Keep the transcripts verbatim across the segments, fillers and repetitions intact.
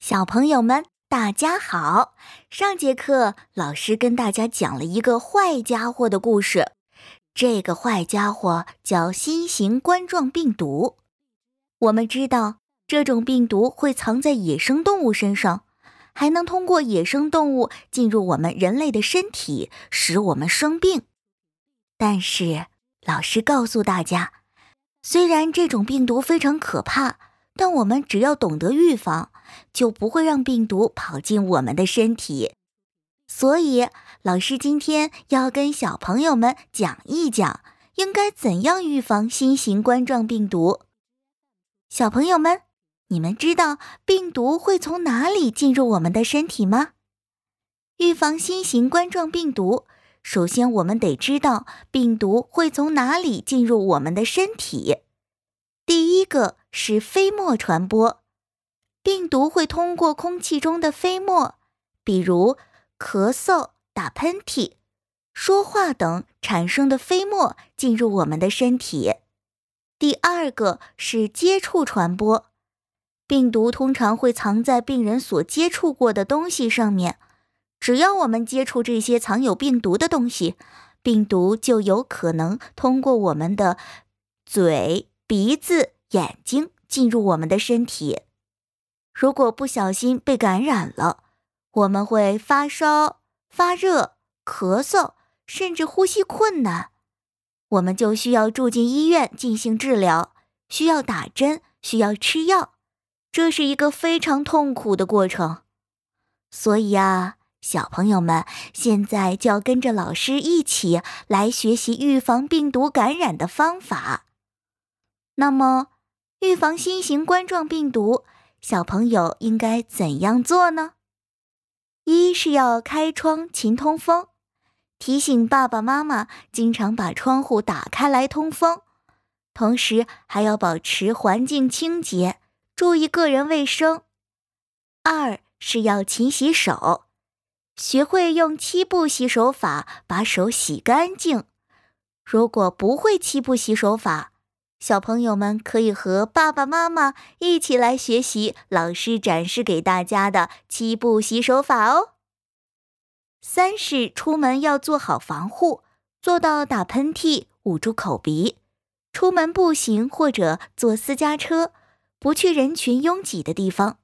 小朋友们，大家好！上节课，老师跟大家讲了一个坏家伙的故事。这个坏家伙叫新型冠状病毒。我们知道，这种病毒会藏在野生动物身上，还能通过野生动物进入我们人类的身体，使我们生病。但是，老师告诉大家，虽然这种病毒非常可怕，但我们只要懂得预防，就不会让病毒跑进我们的身体。所以，老师今天要跟小朋友们讲一讲，应该怎样预防新型冠状病毒。小朋友们，你们知道病毒会从哪里进入我们的身体吗？预防新型冠状病毒，首先我们得知道病毒会从哪里进入我们的身体。第一个是飞沫传播，病毒会通过空气中的飞沫，比如咳嗽、打喷嚏、说话等产生的飞沫进入我们的身体。第二个是接触传播，病毒通常会藏在病人所接触过的东西上面，只要我们接触这些藏有病毒的东西，病毒就有可能通过我们的嘴、鼻子、眼睛进入我们的身体。如果不小心被感染了，我们会发烧、发热、咳嗽，甚至呼吸困难。我们就需要住进医院进行治疗，需要打针，需要吃药，这是一个非常痛苦的过程。所以啊，小朋友们现在就要跟着老师一起来学习预防病毒感染的方法。那么，预防新型冠状病毒，小朋友应该怎样做呢？一是要开窗勤通风，提醒爸爸妈妈经常把窗户打开来通风，同时还要保持环境清洁，注意个人卫生。二是要勤洗手，学会用七步洗手法把手洗干净。如果不会七步洗手法，小朋友们可以和爸爸妈妈一起来学习老师展示给大家的七步洗手法哦。三是出门要做好防护，做到打喷嚏，捂住口鼻。出门步行或者坐私家车，不去人群拥挤的地方。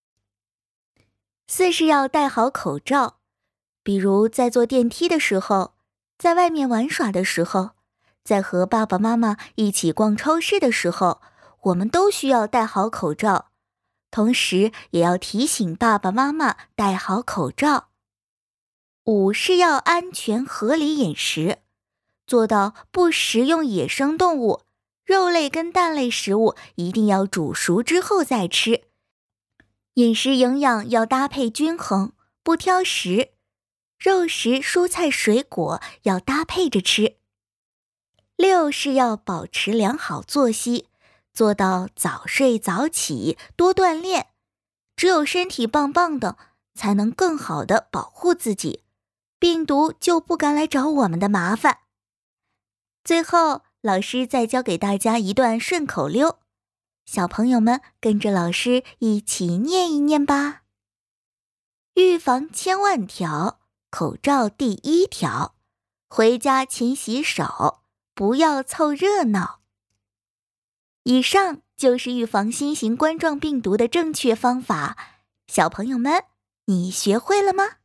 四是要戴好口罩，比如在坐电梯的时候，在外面玩耍的时候，在和爸爸妈妈一起逛超市的时候，我们都需要戴好口罩，同时也要提醒爸爸妈妈戴好口罩。五是要安全合理饮食，做到不食用野生动物，肉类跟蛋类食物一定要煮熟之后再吃。饮食营养要搭配均衡，不挑食，肉食、蔬菜、水果要搭配着吃。六是要保持良好作息，做到早睡早起，多锻炼。只有身体棒棒的，才能更好地保护自己，病毒就不敢来找我们的麻烦。最后，老师再教给大家一段顺口溜，小朋友们跟着老师一起念一念吧。预防千万条，口罩第一条，回家勤洗手，不要凑热闹。以上就是预防新型冠状病毒的正确方法，小朋友们，你学会了吗？